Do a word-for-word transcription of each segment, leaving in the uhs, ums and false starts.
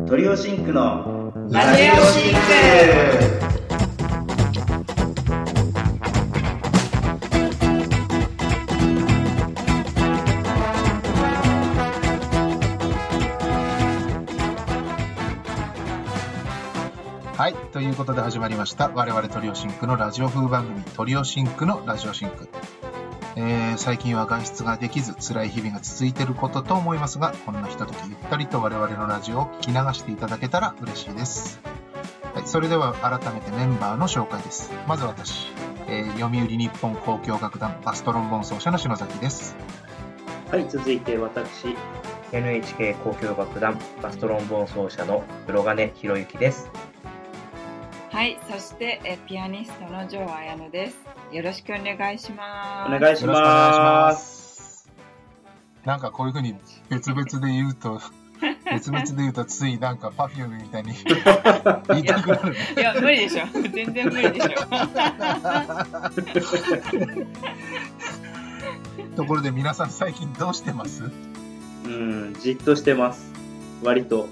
トリオシンクのラジオシンク。 はい、ということで始まりました我々トリオシンクのラジオ風番組トリオシンクのラジオシンク。えー、最近は外出ができず辛い日々が続いていることと思いますが、こんなひとときゆったりと我々のラジオを聞き流していただけたら嬉しいです。はい、それでは改めてメンバーの紹介です。まず私、えー、読売日本交響楽団バストロンボーン奏者の篠崎です。 はい、続いて私エヌエイチケー 交響楽団バストロンボーン奏者の黒金博之です。 はい、そしてえピアニストの城彩乃です。よろしくお願いします。 お願いします。 なんかこういう風に別々で言うと別々で言うとついなんかパフュームみたいに言いたくなるね。 いや無理でしょ、全然無理でしょ。 ところで皆さん最近どうしてます？ うん、じっとしてます。割と。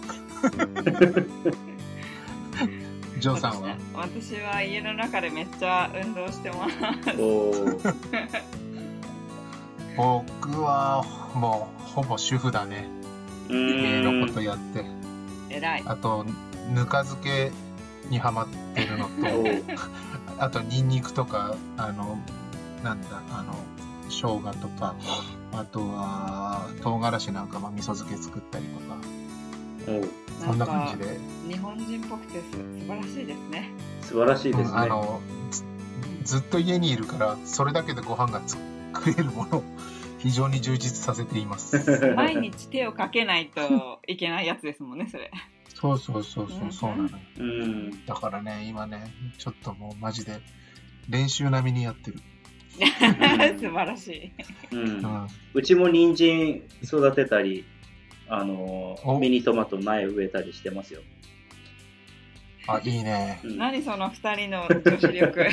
ジョーさんは？ 私は家の中でめっちゃ運動してます。 お僕はもうほぼ主婦だね。家のことやって。 偉い。 あとぬか漬けにハマってるのと、あとニンニクとかあのなんだあの生姜とか、あとは唐辛子なんかも味噌漬け作ったりとか。そんな感じで日本人っぽくて素晴らしいですね。 素晴らしいですね。 うん、あの ず, ずっと家にいるからそれだけでご飯が作れるものを非常に充実させています。 毎日手をかけないといけないやつですもんね、それ。 そうそうそうそう、そうなのよ、 うん、 だからね今ねちょっともうマジで練習並みにやってる。 素晴らしい、 うんうん、うちも人参育てたりあのミニトマト苗植えたりしてますよ。 あ、いいね、 うん、何そのふたりの女子力。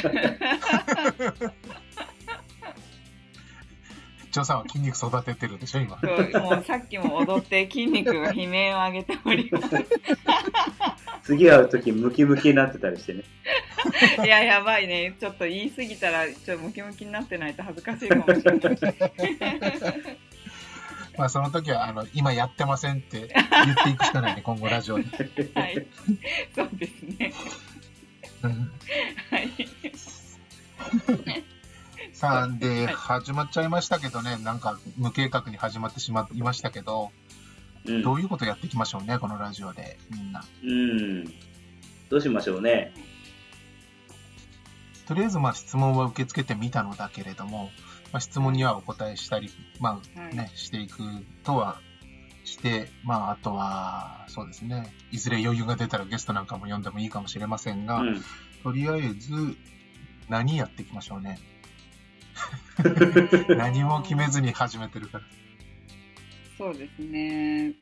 ジョーさんは筋肉育ててるでしょ今。 そう、もうさっきも踊って筋肉が悲鳴を上げております。 次会うときムキムキになってたりしてね。 いややばいね、ちょっと言い過ぎたらちょっとムキムキになってないと恥ずかしいかもしれない。 まあその時はあの今やってませんって言っていくしかないね今後ラジオで。 はい、そうですね。はい。 さあで、 はい、 始まっちゃいましたけどね、なんか無計画に始まってしまいましたけど、うん、どういうことやっていきましょうねこのラジオでみんな。 うん。どうしましょうね。 とりあえずまあ質問は受け付けてみたのだけれども。まあ、質問にはお答えしたり、まあね、はい、していくとはして、まあ、あとはそうですね、いずれ余裕が出たらゲストなんかも呼んでもいいかもしれませんが、うん、とりあえず何やっていきましょうね。何も決めずに始めてるから。 そうですね。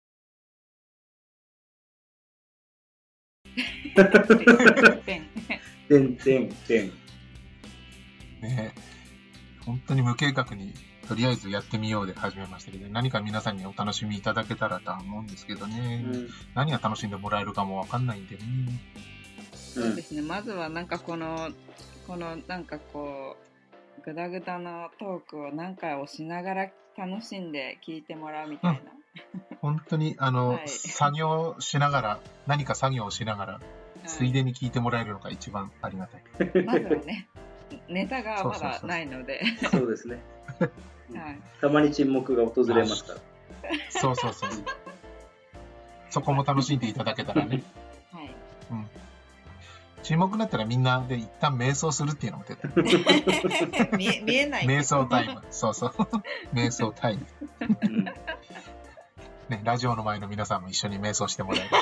てんてんてんね。本当に無計画にとりあえずやってみようで始めましたけど、何か皆さんにお楽しみいただけたらとは思うんですけどね、うん、何が楽しんでもらえるかも分かんないんでね。 そうですね、まずはなんかこのこのなんかこうグダグダのトークを何回押しながら楽しんで聞いてもらうみたいな、うん、 本当にあの、はい、作業しながら何か作業をしながら、はい、ついでに聞いてもらえるのが一番ありがたい。 まずはねネタがまだないので。 そうですね。はい、たまに沈黙が訪れますから。 そうそうそう。そこも楽しんでいただけたらね。はい。うん。沈黙になったらみんなで一旦瞑想するっていうのも出た。 見え、見えない。 瞑想タイム。そうそう。瞑想タイム。ね、ラジオの前の皆さんも一緒に瞑想してもらえる。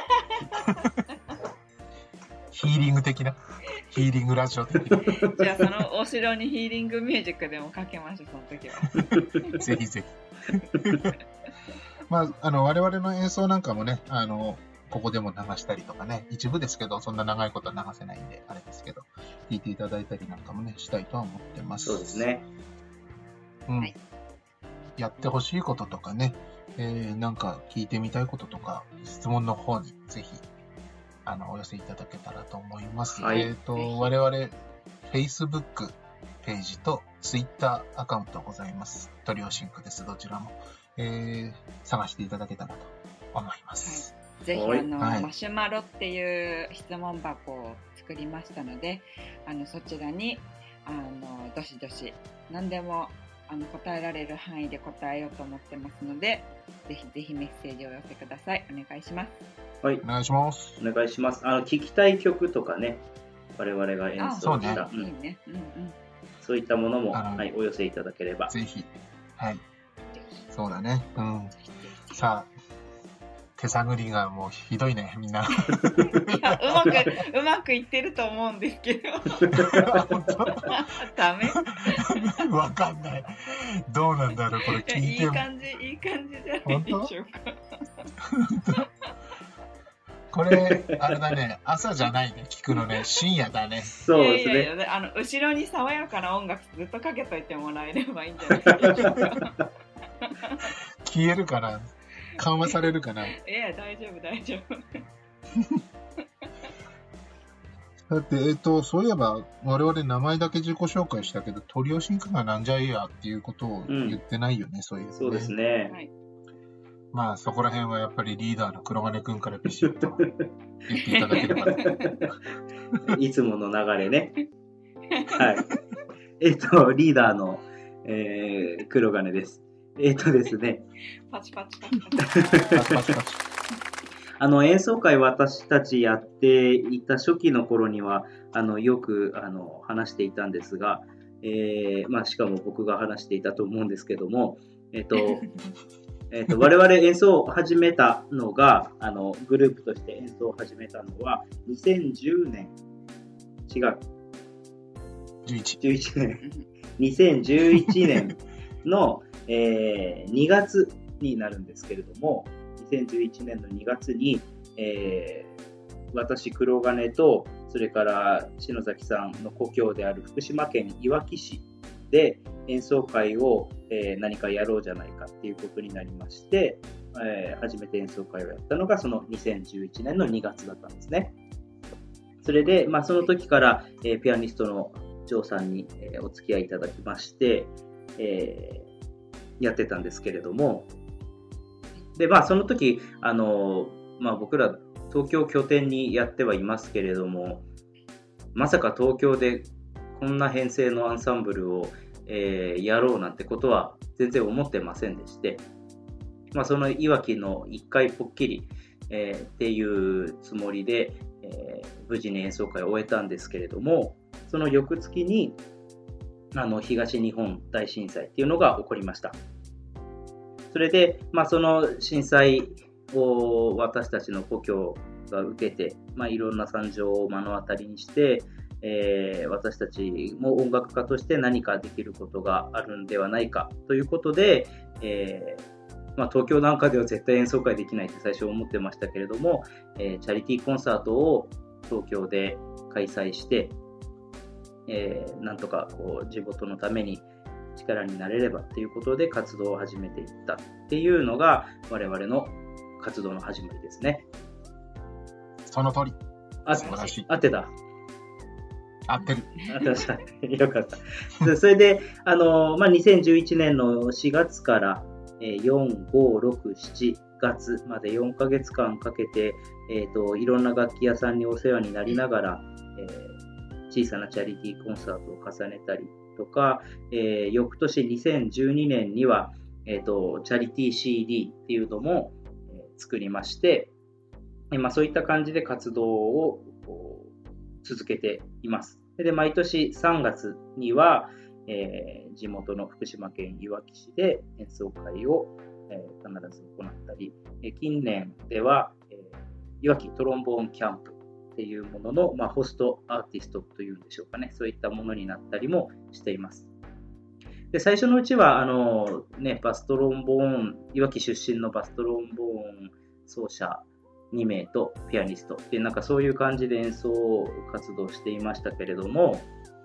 ヒーリング的な。ヒーリングラジオ的な。 じゃあそのお城にヒーリングミュージックでもかけましょう、その時は。 ぜひぜひ。まあ、あの我々の演奏なんかもね、あのここでも流したりとかね、一部ですけどそんな長いことは流せないんであれですけど、聞いていただいたりなんかもねしたいとは思ってます。 そうですね。 うん。はい、やってほしいこととかね、 えー、なんか聞いてみたいこととか、質問の方にぜひ、あの、お寄せいただけたらと思います。 はい、 えっと、我々、Facebook ページと Twitter アカウントございます。トリオシンクです。どちらも、えー、探していただけたらと思います。 はい、ぜひ、あの、 はい、 マシュマロっていう質問箱を作りましたので、あの、そちらに、あの、どしどし、何でも、あの答えられる範囲で答えようと思ってますので、ぜひぜひメッセージをお寄せください。お願いします。 はい、 お願いします。 お願いします。あの聞きたい曲とかね、我々が演奏した、 そうね、うん、いいね、うんうん、 そういったものも、はい、お寄せいただければ。 ぜひ、はい、そうだね。うん。さあ、手探りがもうひどいね、みんな。いや、うまく、うまくいってると思うんですけど。ダメわかんない。どうなんだろう、これ聞いても。 いい感じ、いい感じじゃないでしょうか。 これ、あれだね、朝じゃないね、聞くのね、深夜だね。 そうですね。いやいやいや、あの、後ろに爽やかな音楽ずっとかけといてもらえればいいんじゃないでしょうか。 消えるかな、緩和されるかな。いや、大丈夫、大丈夫。 だって、えっと、そういえば、我々名前だけ自己紹介したけど、トリオシンクがなんじゃいやっていうことを言ってないよね、うん、そういう、ね。 そうですね。 はい、 まあ、そこら辺はやっぱりリーダーの黒金くんからビシッと言っていただければ。 いつもの流れね。はい。えっと、リーダーの、えー、黒金です。えっとですね。 パチパチパチパチ。パチパチパチ。 あの演奏会私たちやっていた初期の頃にはあのよくあの話していたんですが、えーまあ、しかも僕が話していたと思うんですけども、えっとえっと我々演奏を始めたのがあのグループとして演奏を始めたのはにせんじゅうねん違うじゅういちじゅういちねんにせんじゅういちねんの、えー、にがつになるんですけれども、にせんじゅういちねんのにがつに、えー、私黒金とそれから篠崎さんの故郷である福島県いわき市で演奏会を、えー、何かやろうじゃないかっていうことになりまして、えー、初めて演奏会をやったのがそのにせんじゅういちねんのにがつだったんですね。それで、まあ、その時から、えー、ピアニストのジョーさんに、えー、お付き合いいただきまして、えー、やってたんですけれども、で、まあ、その時、あの、まあ、僕ら東京拠点にやってはいますけれども、まさか東京でこんな編成のアンサンブルを、えー、やろうなんてことは全然思ってませんでして、まあ、そのいわきの一回ぽっきり、えー、っていうつもりで、えー、無事に演奏会を終えたんですけれども、その翌月にあの東日本大震災っていうのが起こりました。それで、まあ、その震災を私たちの故郷が受けて、まあ、いろんな惨状を目の当たりにして、えー、私たちも音楽家として何かできることがあるんではないかということで、えーまあ、東京なんかでは絶対演奏会できないって最初思ってましたけれども、えー、チャリティーコンサートを東京で開催して、えー、なんとかこう地元のために力になれればっていうことで活動を始めていったっていうのが我々の活動の始まりですね。 その通り。 あ、素晴らしい。合ってた。 合ってる。 合ってました。よかった。それで、あの、まあ、にせんじゅういちねんのしがつからよん、ご、ろく、しちがつまでよんかげつかんかけて、えーと、いろんな楽器屋さんにお世話になりながら、えー、小さなチャリティーコンサートを重ねたりとか、えー、翌年にせんじゅうにねんには、えーと、チャリティー シーディー っていうのも、えー、作りまして、えーまあ、そういった感じで活動を続けています。で、毎年さんがつには、えー、地元の福島県いわき市で演奏会を、えー、必ず行ったり、えー、近年では、えー、いわきトロンボーンキャンプっていうものの、まあ、ホストアーティストというんでしょうかね、そういったものになったりもしています。で、最初のうちはあの、ね、バストロンボーン、いわき出身のバストロンボーン奏者にめいとピアニストっていうなんかそういう感じで演奏活動していましたけれども、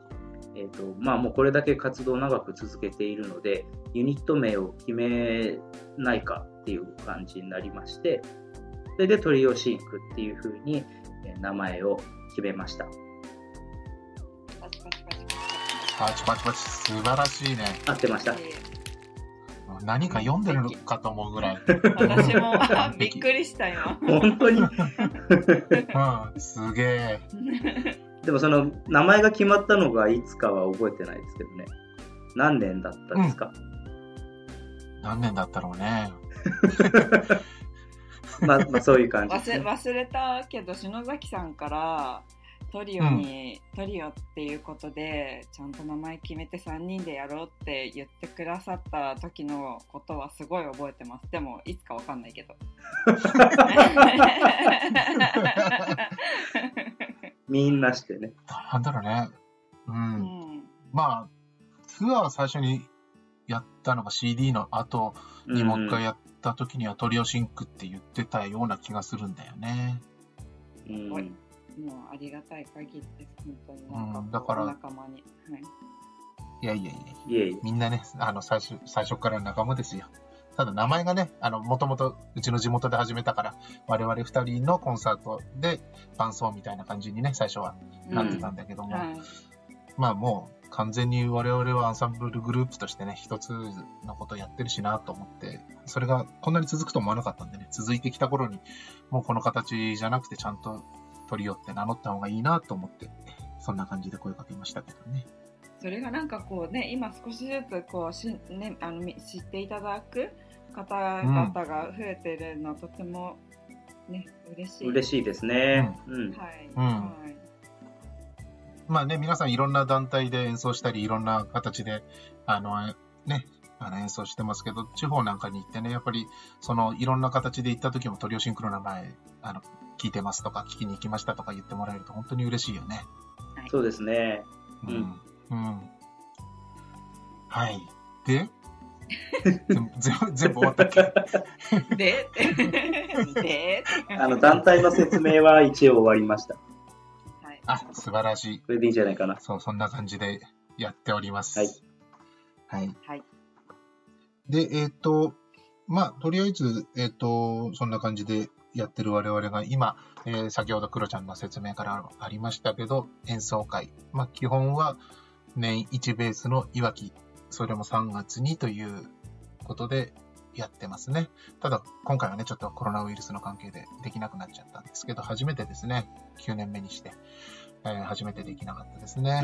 えーとまあ、もうこれだけ活動を長く続けているので、ユニット名を決めないかっていう感じになりまして、それでトリオシンクっていう風に名前を決めました。 パチパチパチパチパチパチ、素晴らしいね。 合ってました。 何か読んでるのかと思うぐらい。 私もびっくりした今。 本当にうん、すげえ。 でもその名前が決まったのがいつかは覚えてないですけどね。何年だったんですか？ うん、何年だったろうね。 まあ、まあそういう感じです、ね、 忘れ、忘れたけど篠崎さんからトリオに、うん、トリオっていうことでちゃんと名前決めてさんにんでやろうって言ってくださった時のことはすごい覚えてます。でもいつかわかんないけどみんなしてね。 なんだろうね、うん、うん、まあツアー最初にやったのが シーディー の後にもう一回やった時にはトリオシンクって言ってたような気がするんだよね。 うん、もうありがたい限りです本当に。なんか、うん、だから仲間に、はい、 いやいやいやいやみんなねあの最初最初から仲間ですよ。ただ名前がねあのもともとうちの地元で始めたから我々ふたりのコンサートで伴奏みたいな感じにね最初はなってたんだけども、うんはい、まあもう完全に我々はアンサンブルグループとしてね一つのことをやってるしなと思ってそれがこんなに続くと思わなかったんでね続いてきた頃にもうこの形じゃなくてちゃんとトリオって名乗った方がいいなと思ってそんな感じで声かけましたけどね。 それがなんかこうね今少しずつこうし、ね、あの知っていただく方々が増えてるのはとてもね嬉しい嬉しいですね。 うん、はい、うんはい、まあね皆さんいろんな団体で演奏したりいろんな形であのねあの演奏してますけど地方なんかに行ってねやっぱりそのいろんな形で行った時もトリオシンクの名前あの聞いてますとか聞きに行きましたとか言ってもらえると本当に嬉しいよね。 はい、そうですね。 うん。うん。はい。で全部全部終わったっけでであの団体の説明は一応終わりました。 はい、 あ、素晴らしい。 これでいいんじゃないかな。 そうそんな感じでやっております。 はい。 はい。 はい、 でえっ、ー、とまあとりあえずえっ、ー、とそんな感じで。やってる我々が今、えー、先ほどクロちゃんの説明からありましたけど演奏会、まあ、基本は年いちベースのいわきそれもさんがつにということでやってますね。ただ今回はねちょっとコロナウイルスの関係でできなくなっちゃったんですけど初めてですねきゅうねんめにして、えー、初めてできなかったですね。 うん、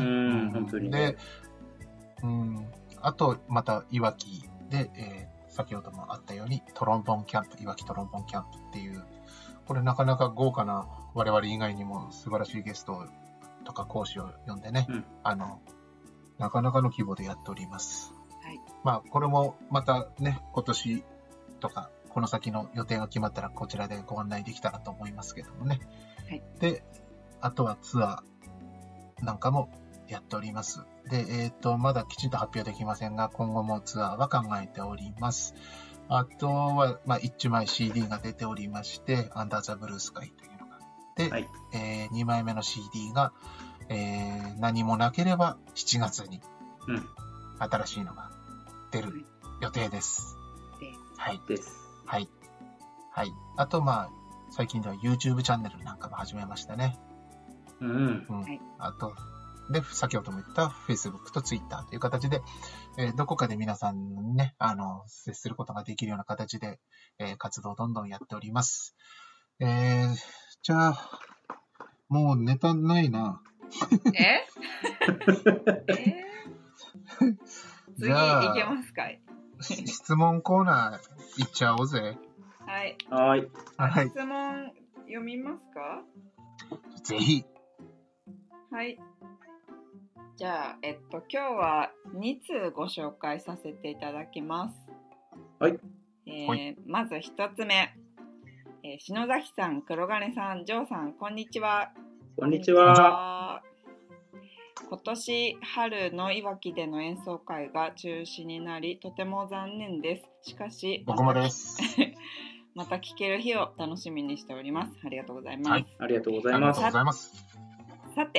本当にね。 で、うん、あとまたいわきで、えー、先ほどもあったようにトロンボンキャンプいわきトロンボンキャンプっていうこれなかなか豪華な我々以外にも素晴らしいゲストとか講師を呼んでね、うん、あのなかなかの規模でやっております。 はい、 まあこれもまたね今年とかこの先の予定が決まったらこちらでご案内できたらと思いますけどもね。 はい、 であとはツアーなんかもやっております。でえっとまだきちんと発表できませんが今後もツアーは考えております。あとは、まあ、いちまい シーディー が出ておりまして、アンダーザブルースカイというのがあって、はいえー、にまいめの シーディー が、えー、何もなければしちがつに新しいのが出る予定です。 うん、 はいです。 はい。はい。あと、まあ、最近では YouTube チャンネルなんかも始めましたね。 うん。 うん、あと、で、先ほども言った Facebook と Twitter という形で、えー、どこかで皆さんにね、あの、接することができるような形で、えー、活動をどんどんやっております。えー、じゃあ、もうネタないな。 ええ次行けますかい質問コーナー行っちゃおうぜ。 はい。 はい。 はい。 質問読みますか？ ぜひ。 はい。じゃあ、えっと、今日はにつうご紹介させていただきます。 はい。 えーはい、まずひとつめ、えー、篠崎さん、黒金さん、ジョーさん、こんにちは。 こんにちは。 今年春のいわきでの演奏会が中止になり、とても残念です。しかし、 僕もです。 また聴ける日を楽しみにしております。ありがとうございます。はい、 ありがとうございます。 さて、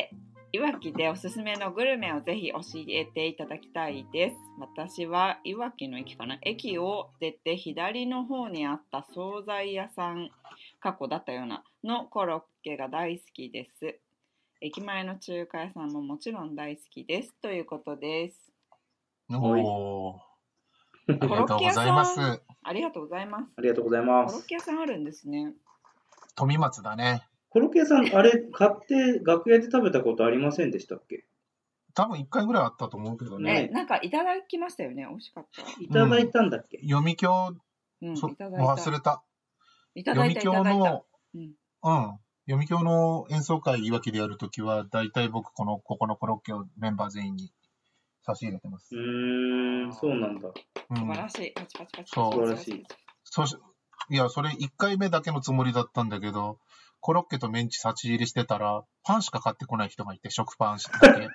いわきでおすすめのグルメをぜひ教えていただきたいです。私はいわきの駅かな。駅を出て左の方にあった惣菜屋さん、過去だったようなのコロッケが大好きです。駅前の中華屋さんももちろん大好きですということです。 おー、ありがとうございます。 ありがとうございます。 ありがとうございまコロッす。 ケ屋さんあるんですね。 富松だね。 コロッケ屋さん、あれ、買って楽屋で食べたことありませんでしたっけ？ 多分いっかいぐらいあったと思うけどね。 ね、なんかいただきましたよね。美味しかった。 いただいたんだっけ？ 読響、 うん、 そいただいた。 忘れた。 いただいた、いただいた。うん。 うん。読響の演奏会いわきでやるときは、だいたい僕この、ここのコロッケをメンバー全員に差し入れてます。 うーん、そうなんだ。 うん、 素晴らしい。パチパチパチ。 そう素晴らしい。 そしいや、それいっかいめだけのつもりだったんだけど、コロッケとメンチ差し入れしてたら、パンしか買ってこない人がいて、食パンだけ。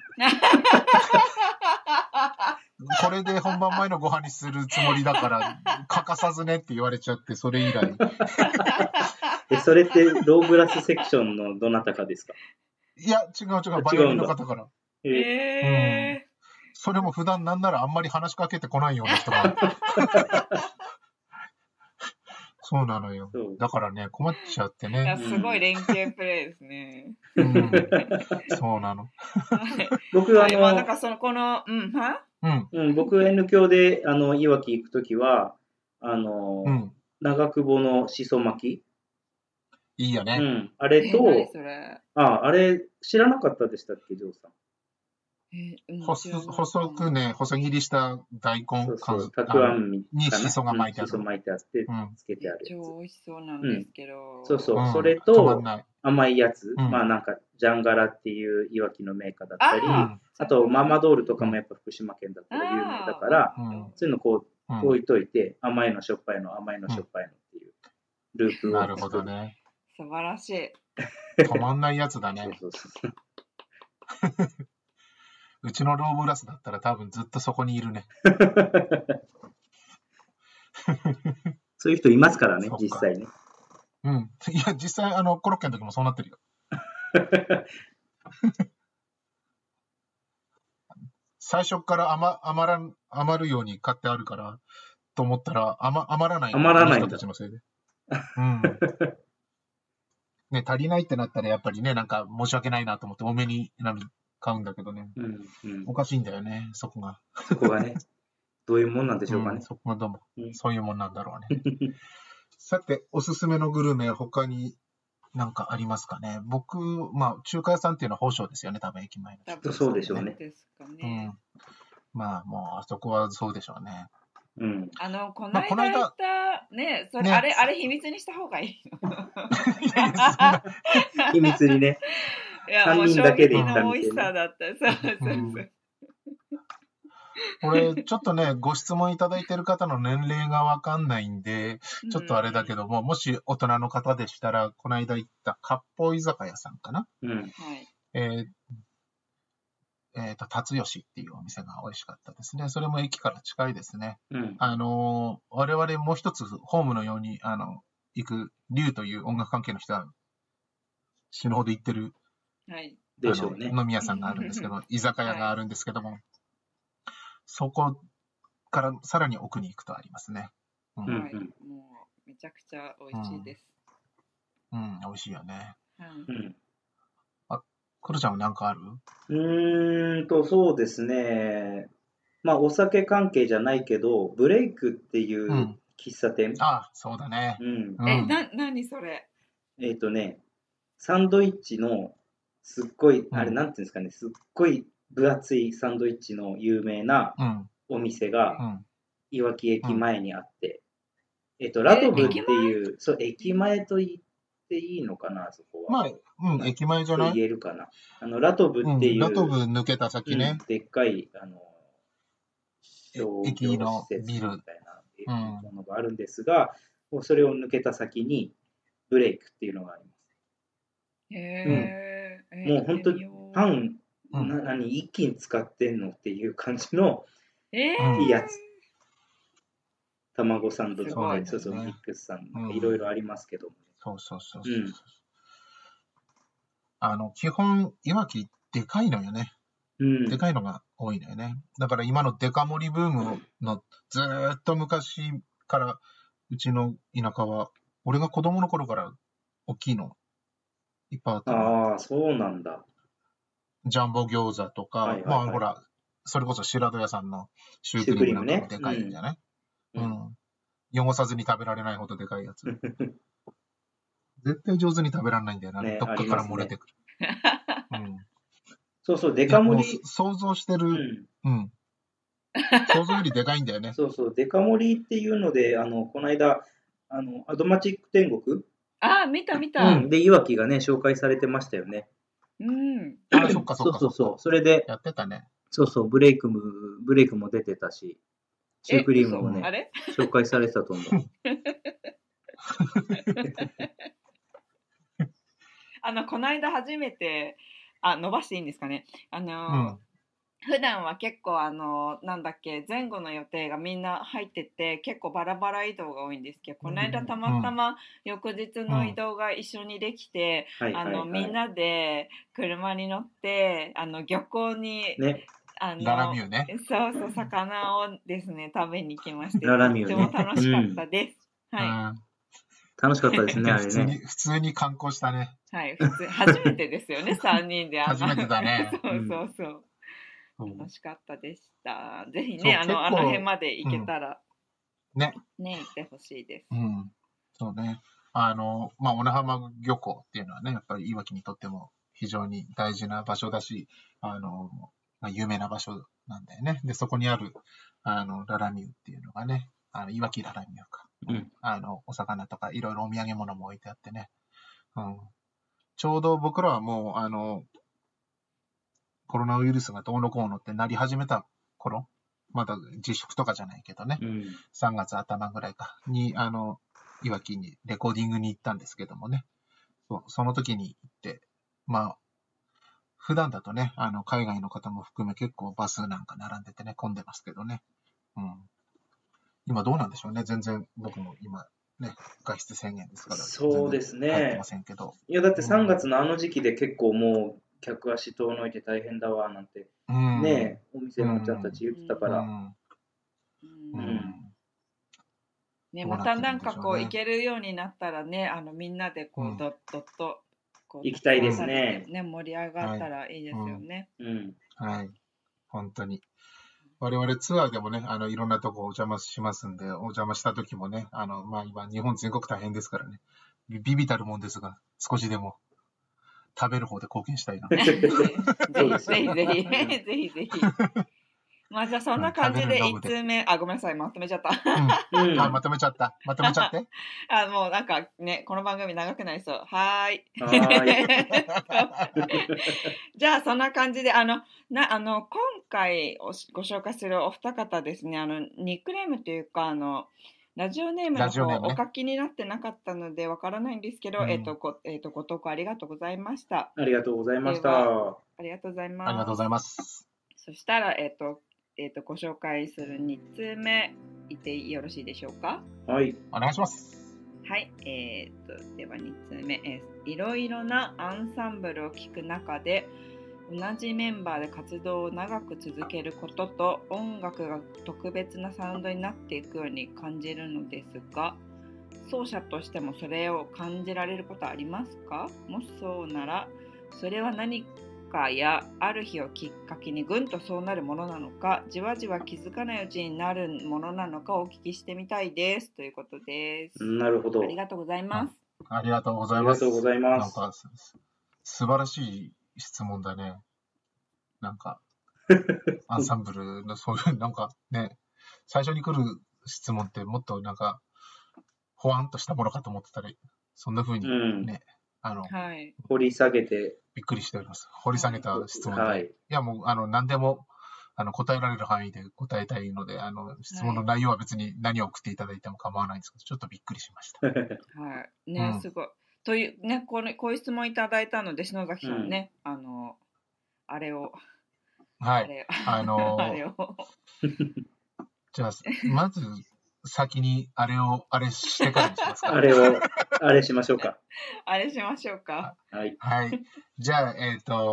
これで本番前のご飯にするつもりだから、欠かさずねって言われちゃって、それ以来。 え、それってローブラスセクションのどなたかですか？ いや、違う違う、バイオリンの方から。 えーえーうん、それも普段なんならあんまり話しかけてこないような人が。そうなのよ。だからね、困っちゃっていや、 ね。 すごい連携プレイですね。 うん、そうなの。 僕はあはい、まあ、なんの、 かその、この、うん、はうん。 うん、僕 N 響であのいわき行くときは、あの、 うん。 長久保のしそ巻き、 いいよね。 うん、あれと、 え何それ。 あ、あれ知らなかったでしたっけ、ジョーさん。 えうん細知らなかった細くね、細切りした大根そうそう、 かたくあんみにしそが巻いてあるしそ巻いてあって、 うんつけてあるや超美味しそうなんですけど。 つ。そうそう、 うんそれと止まんない。 甘いやつ、 うんまあなんか、ジャンガラっていういわきのメーカーだったり、 ああとママドールとかもやっぱ福島県だったら有名だから、 うんそういうのこうんう置いといて、甘いのしょっぱいの甘いのしょっぱいのっていうループをなるほ作る。 どね。 素晴らしい。 止まんないやつだね。 そうそうそう。 うちのローブラスだったら多分ずっとそこにいるね。 そういう人いますからねそっ、か実際ね。 うん。いや、実際、あの、コロッケの時もそうなってるよ。最初から余余らん余るように買ってあるから、と思ったら余余らない。 余らないんだ人たちのせいで。うん。ね、足りないってなったらやっぱりね、なんか申し訳ないなと思って多めになる買うんだけどね。 うんうんおかしいんだよね、そこが。 そこがね、どういうもんなんでしょうかねうん。そこがどうも、 うんそういうもんなんだろうね。さて、おすすめのグルメ、他に何かありますかね。僕、まあ、中華屋さんっていうのは宝生ですよね、多分駅前の。 多分そうでしょうねですかうね。 ん。まあ、もう、あそこはそうでしょうね。 うん。 あの、このまあこの間間言った、ね、それ、 ねあれ、あれ秘密にした方がいいの。 いやいやそんな秘密にね。 いや、もう三人衝だけで行撃の美味しった店ねさだった。そうそうそう。 うんこれ、ちょっとね、ご質問いただいている方の年齢がわかんないんで、ちょっとあれだけども、もし大人の方でしたら、この間行った割烹居酒屋さんかな。 うん。 はい。 えーえーと、辰吉っていうお店が美味しかったですね。それも駅から近いですね。 うん。 あのー我々もう一つホームのように、あの、行く、龍という音楽関係の人は死ぬほど行ってる、 はい。 でしょうねあの。飲み屋さんがあるんですけど、居酒屋があるんですけども、そこからさらに奥に行くとありますね。うん、 うんはい。もう、めちゃくちゃ美味しいです。 うん、美味しいよね。 はい。 うん。 クロちゃんは何かある？ うーんと、そうですね。まあ、お酒関係じゃないけど、ブレイクっていううん喫茶店。 あ、そうだね。 うん。 うん、 え、な、なにそれ。 えっとね、サンドイッチの、すっごい、 うんあれ、なんていうんですかね、すっごい分厚いサンドイッチの有名なうん、 お店うが、 ん、 いわき駅前にあって、えっと、ラトブっていう、そう、駅前と言っていいのかな、そこは。 まあ、うん、駅前じゃない？ と言えるかな。あの、ラトブっていう、 うん、ラトブ抜けた先ねうん、でっかい、あの、 え商業駅の施設みビルたいなうんものがあるんですが、もうそれを抜けた先に、ブレイクっていうのがあります。 へえ。えもう本当に行ってみようパン、 うんな何一気に使ってんのっていう感じのえうんー、 いいやつ。卵サンドとか、 すごいねそうそう、ミックスさんうんいろいろありますけども。 そうそうそうそう。 うんあの、基本、いわきっでかいのよね。 うん。 でかいのが多いのよね。だから今のデカ盛りブームのずーっと昔からうちの田舎は、俺が子供の頃から大きいのいっぱいあったの。 ああ、そうなんだ。 ジャンボ餃子とか、 はいはいはいまあほら、それこそ白戸屋さんのシュークリームなんかもでかいんじゃない？ シュークリームうん。汚さずに食べられないほどでかいやつ。絶対上手に食べられないんだよな。 ねどっかから漏れてくる。うん。 そうそう、デカ盛りいやもう。想像してる、 うん。 うん。想像よりでかいんだよね。 そうそう、デカ盛りっていうので、あの、この間、あの、アドマチック天国、 あ、見た見た。 うん、で、いわきがね、紹介されてましたよね。 うん。 あ、そっかそっかそうそうそう。それで、 やってたね。 そうそう、ブレイクも、ブレイクも出てたし、シュークリームもね、 え嘘あれ紹介されてたと思う。 あの、この間初めて、あ、伸ばしていいんですかね。あの、 うん。 普段は結構あの、なんだっけ、前後の予定がみんな入ってて、結構バラバラ移動が多いんですけど、この間たまたま翌日の移動が一緒にできて、 はいはい、はい。 あの、みんなで車に乗って、あの、漁港に、 ね、 あの、 ララミューね。 そうそう、魚をですね、食べに来まして、 ララミューねとっても楽しかったです。はうん。 楽しかったですね、あれ普通に、 ね。 普通に観光したね。 い。はい、普通、初めてですよね、さんにんで。あの初めてだね。 そうそうそう。 うん楽しかったでした。ぜひそうね、あの、あ結構の辺まで行けたら、 ね。 ね、行ってほしいです。 うん。そうね。あの、まあ、小名浜漁港っていうのはね、やっぱりいわきにとっても非常に大事な場所だし、あの、まあ、有名な場所なんだよね。で、そこにある、あの、ララミューっていうのがね、あの、いわきララミューか。 うん。 あの、お魚とかいろいろお土産物も置いてあってね。うん。ちょうど僕らはもう、あの、コロナウイルスがどうのこうのってなり始めた頃、まだ自粛とかじゃないけどね、 うん。 さんがつ頭ぐらいかに、あの、いわきにレコーディングに行ったんですけどもね、そうその時に行って、まあ、普段だとね、あの、海外の方も含め結構バスなんか並んでてね、混んでますけどね。うん。今どうなんでしょうね。全然僕も今、ね、外出制限ですから。 そうですね全然入ってませんけど。 いや、だってさんがつのあの時期で結構もう、客足遠のいて大変だわ、なんて、 うん。 ね、お店のお茶たち言ってたから。 うん。 うんうん。 ね、 どうなまってるんでしょうねたなんかこう行けるようになったらね、あのみんなでこううんどっどっとこう行きたいですねね、盛り上がったらいいですよね。 うん。 はい。本当に。我々ツアーでもね、あの、いろんなとこお邪魔しますんで、お邪魔した時もね、あの、まあ今、日本全国大変ですからね、ビビたるもんですが、少しでも食べる方で貢献したいな。 ぜひぜそうひぜひですぜひぜひぜひ。まあじゃあそんな感じで食べるのいちつめ、あ、ごめんなさい、まとめちゃった。 うん。 うん。 あ、まとめちゃった。まとめちゃって。 あ、もうなんかね、この番組長くなりそう。はーい。 はーい。 じゃあそんな感じで、あの、な、あの、今回おしご紹介するお二方ですね、あの、ニックネームというか、あの、ラジオネームの方、 ラジオネームねお書きになってなかったのでわからないんですけど、 うんえっと、ご、えっと、ご投稿ありがとうございました。 ありがとうございました。 でありがとうございます。 ありがとうございます。 そしたら、えっと、えっと、ご紹介するにつ目、いてよろしいでしょうか。 はい。 お願いします。 はい、えー、っと、ではみっつめ、えー、いろいろなアンサンブルを聴く中で、同じメンバーで活動を長く続けることと、音楽が特別なサウンドになっていくように感じるのですが、奏者としてもそれを感じられることはありますか？もしそうなら、それは何かやある日をきっかけにぐんとそうなるものなのか、じわじわ気づかないうちになるものなのかお聞きしてみたいですということです。 なるほど。 ありがとうございます。 ありがとうございます。 ありがとうございますなんかす、素晴らしい質問だね。なんか、アンサンブルのそういう、なんかね、最初に来る質問ってもっとなんか、ほわんとしたものかと思ってたら、そんな風にうん。 ね、あの、 はい。 掘り下げて。 びっくりしております。掘り下げた質問で。 はい。 いや、もう、あの、何でも、あの、答えられる範囲で答えたいので、あの、質問の内容は別に何を送っていただいても構わないんですけど、ちょっとびっくりしました。 はい。ね、 うんすごい。という、ね、この、こういう質問いただいたので、篠崎さんね、あの、あれを、 はい。 あれあのあれを。 じゃあ、まず、先にあれを、あれしてからにしますか。 あれを、あれしましょうか。 あれしましょうか。 はい。 はい。じゃあ、えっ、と、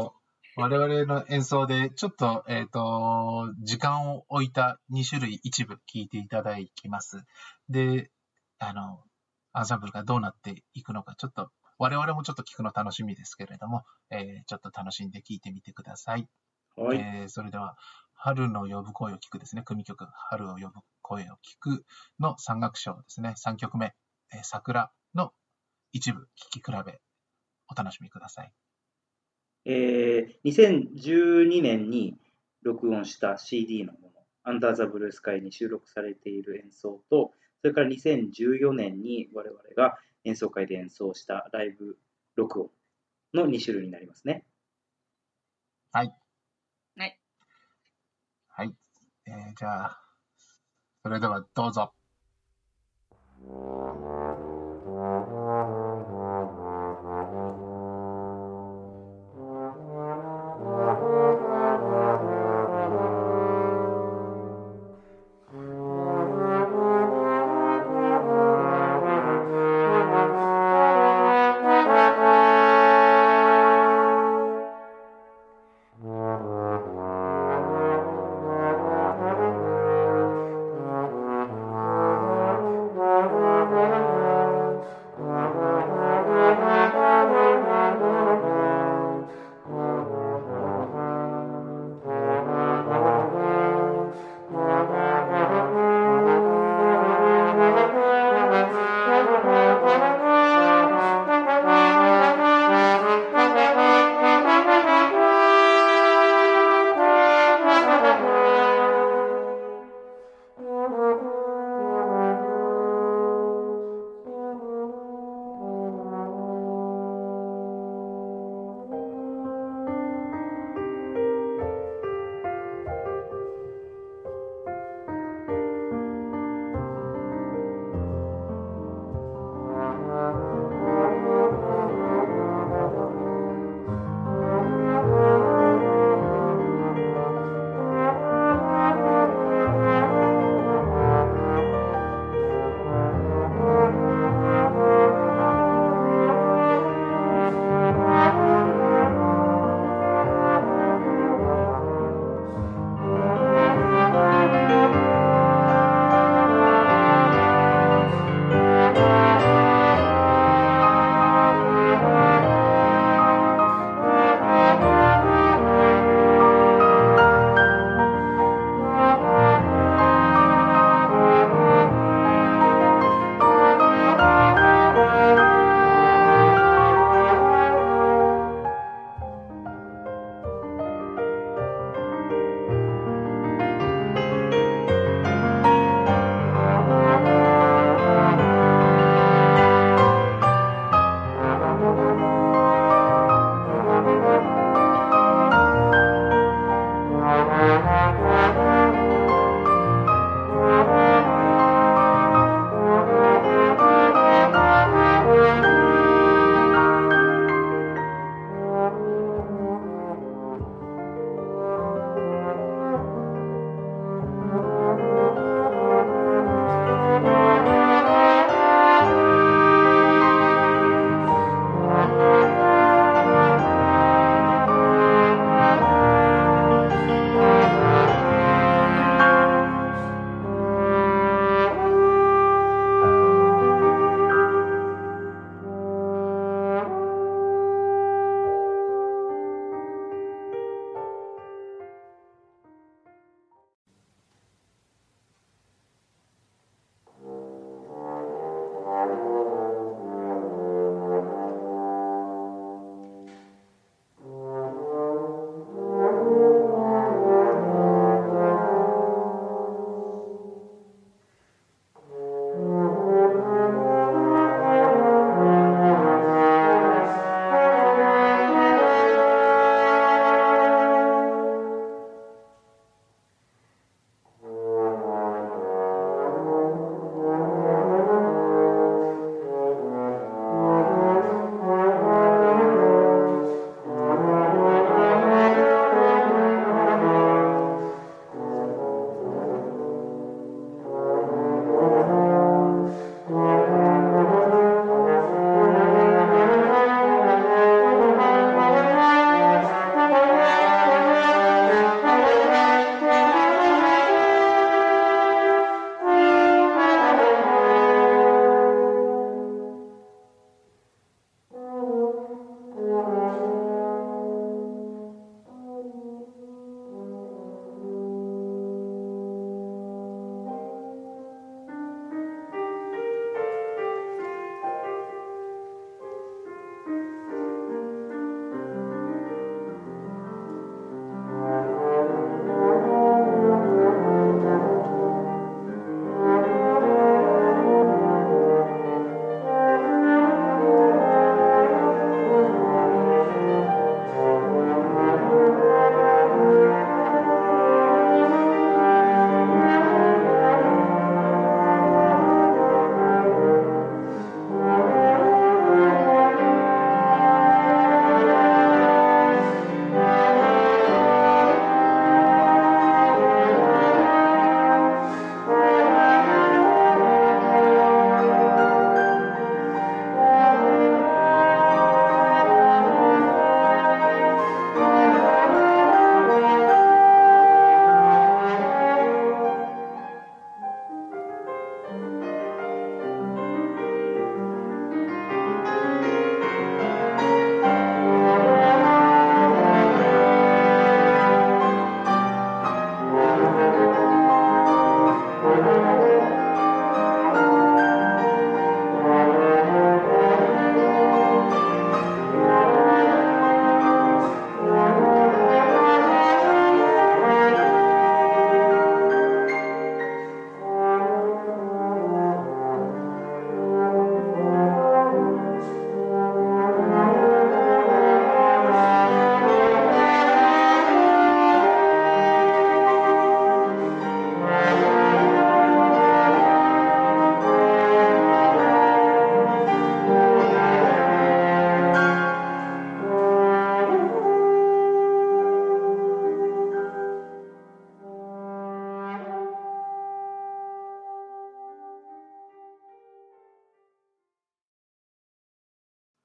我々の演奏でちょっと、えっと、時間を置いたに種類一部聴いていただきます。で、あの、アンサンブルがどうなっていくのか、ちょっと、我々もちょっと聞くの楽しみですけれども、えーちょっと楽しんで聴いてみてください。 はい。 えーそれでは、春の呼ぶ声を聞くですね、組曲、春を呼ぶ声を聞くのさん楽章ですね、さんきょくめ、えー桜の一部聴き比べ、お楽しみください。 えーにせんじゅうにねんに録音した シーディー のもの、アンダーザブルースカイに収録されている演奏と、それからにせんじゅうよねんに我々が演奏会で演奏したライブ録音のに種類になりますね。 はい。 はい。 はい。えーじゃあ、それではどうぞ。 Thank you.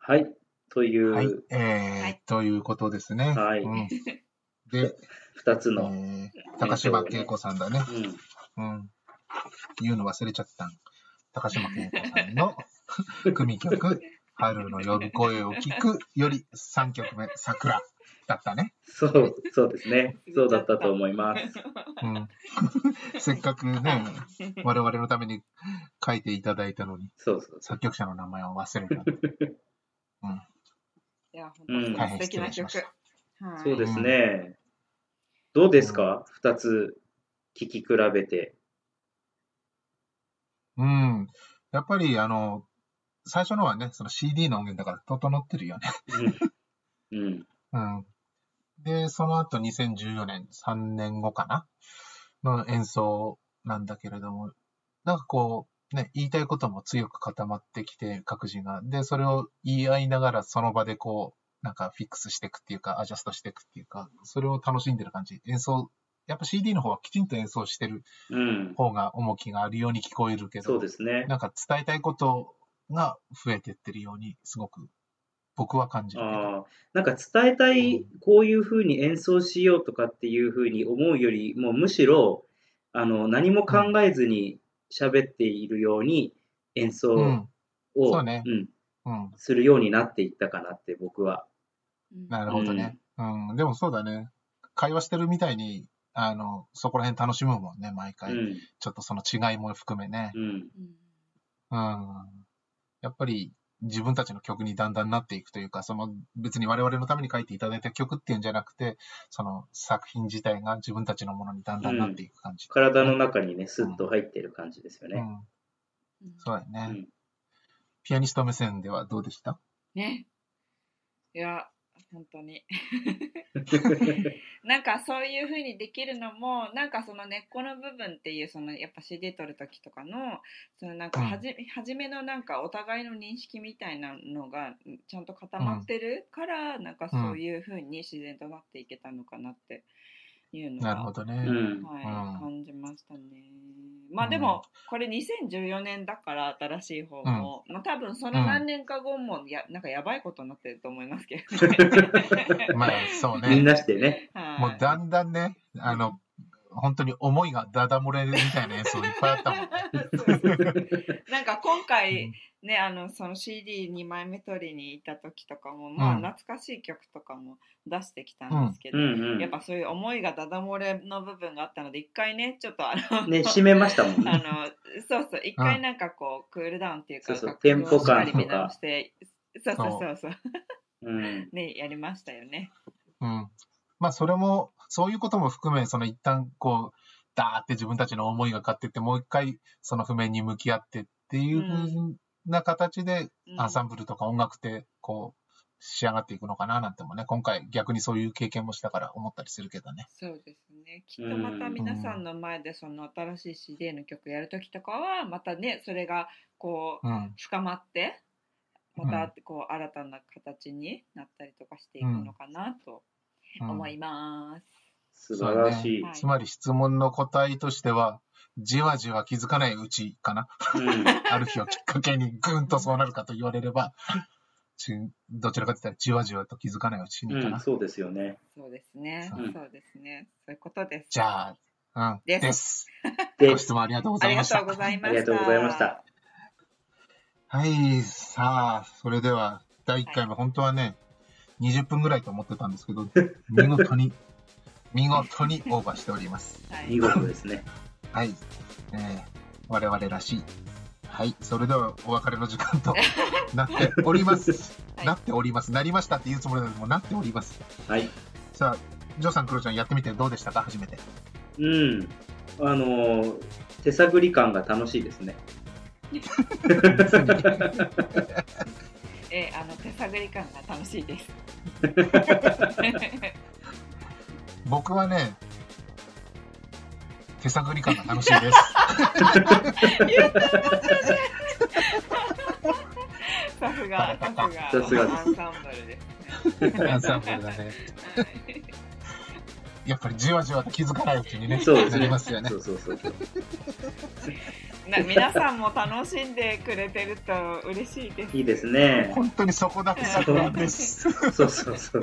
はい。という、 はいえーはい、ということですね。 はい。 うん、で、 二つの、 えー、高島恵子さんだね。うん。うん、言うの忘れちゃったん。高島恵子さんの組曲、春の呼ぶ声を聞くよりさんきょくめ、桜だったね。 そう、そうですね。そうだったと思います。 うん、せっかくね、我々のために書いていただいたのに、 そうそう作曲者の名前を忘れた。 うん、いや、本当に素敵な曲。 はい、そうですね。どうですか、二、うん、つ聴き比べて。 うん。やっぱり、あの、最初のはね、その シーディー の音源だから整ってるよね。うん。うん。で、その後にせんじゅうよねん、さんねんごかなの演奏なんだけれども、なんかこう、ね、言いたいことも強く固まってきて、各自が。で、それを言い合いながら、その場でこう、なんかフィックスしていくっていうか、アジャストしていくっていうか、それを楽しんでる感じ。演奏、やっぱ シーディー の方はきちんと演奏してる方が重きがあるように聞こえるけど、 そうですね。 なんか伝えたいことが増えてってるように、すごく僕は感じるけど。 あなんか伝えたい、こういう風に演奏しようとかっていう風に思うよりも、むしろ、あの、何も考えずに喋っているように演奏を、うんそうねうんうん、するようになっていったかなって僕は。 なるほどね。うん、うん、でもそうだね。会話してるみたいに、あの、そこら辺楽しむもんね、毎回。うん、ちょっとその違いも含めね。うん。うん、やっぱり自分たちの曲にだんだんなっていくというか、その別に我々のために書いていただいた曲っていうんじゃなくて、その作品自体が自分たちのものにだんだんなっていく感じ。 うん、体の中にね、スッと入ってる感じですよね。 うん、そうだよね、うん。ピアニスト目線ではどうでした？ ね。いや、本当になんかそういう風にできるのもなんかその根っこの部分っていうそのやっぱ シーディー 撮る時とかのそのなんかはじ、うん、初めのなんかお互いの認識みたいなのがちゃんと固まってるから、うん、なんかそういう風に自然となっていけたのかなっていうのが、 なるほどね、 はい、うん、感じましたね。まあでもこれにせんじゅうよねんだから新しい方も、うん、まあ多分その何年か後もやなんかやばいことになってると思いますけどまあそうねみんなしてね、 はい、もうだんだんねあの本当に思いがダダ漏れみたいな演奏いっぱいあったもんなんか今回ね、あのその シーディーに 枚目取りに行った時とかも、まあ懐かしい曲とかも出してきたんですけど、うんうん、やっぱそういう思いがダダ漏れの部分があったので一回ねちょっとあのね締めましたもんねあのそうそう一回なんかこうクールダウンっていうか、 そうそうテンポ感とかしてそうそうそうそううんねやりましたよね。 うんまあそれもそういうことも含めその一旦こうダーって自分たちの思いが勝ってってもう一回その譜面に向き合ってっていう風な形でアンサンブルとか音楽ってこう仕上がっていくのかななんてもね今回逆にそういう経験もしたから思ったりするけどね。 そうですねきっとまた皆さんの前でその新しい シーディー の曲やるときとかはまたねそれがこう深まってまたこう新たな形になったりとかしていくのかなと思います、 うん、素晴らしい、 ね、つまり質問の答えとしてはじわじわ気づかないうちかな、うん、ある日をきっかけにぐんとそうなるかと言われればどちらかといったらじわじわと気づかないうちにかな、 うん、そうですよねそうですね、うん、そうですねそういうことです。 じゃあ、うん、 ですですご質問ありがとうございました。 ありがとうございました。 ありがとうございましたはいさあそれではだいいっかいめ、はい、本当はねにじゅっぷんぐらいと思ってたんですけど見事に見事にオーバーしております、 はい、見事ですねはい、えー、我々らしいはいそれではお別れの時間となっております、はい、なっておりますなりましたって言うつもりなのでもなっております。 はいさあジョーさんクロちゃんやってみてどうでしたか初めて。 うんあのー、手探り感が楽しいですねえー、あの手探り感が楽しいです僕はね手探り感が楽しいですさすがさすがさすがアンサンブルですねアンサンブルだねやっぱりじわじわと気づかないうちにね、 そうですね。 なりますよねそ。うそうそうそう。 な皆さんも楽しんでくれてると嬉しいです。 いいですね。 本当にそこだけ作品です。 そうそうそうそう。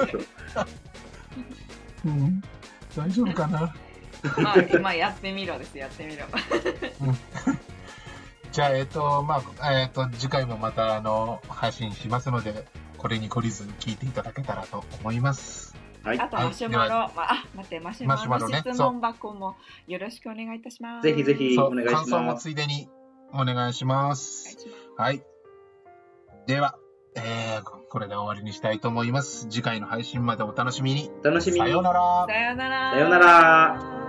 うん、大丈夫かな。 まあ、今やってみろです。やってみろ。 うん、じゃあ、えっ、ー、と、まあ、えっ、ー、と、次回もまた、あの、配信しますので、これに懲りず聞いていただけたらと思います。 はい。 あと、マシュマロ、まあ、あ、待って、マシュマロの質問箱もよろしくお願いいたします。 ぜひぜひお願いします。 感想もついでにお願いします。はい。では、えー、これで終わりにしたいと思います。次回の配信までお楽しみに。 楽しみに。 さようなら。 さようなら。 さようなら。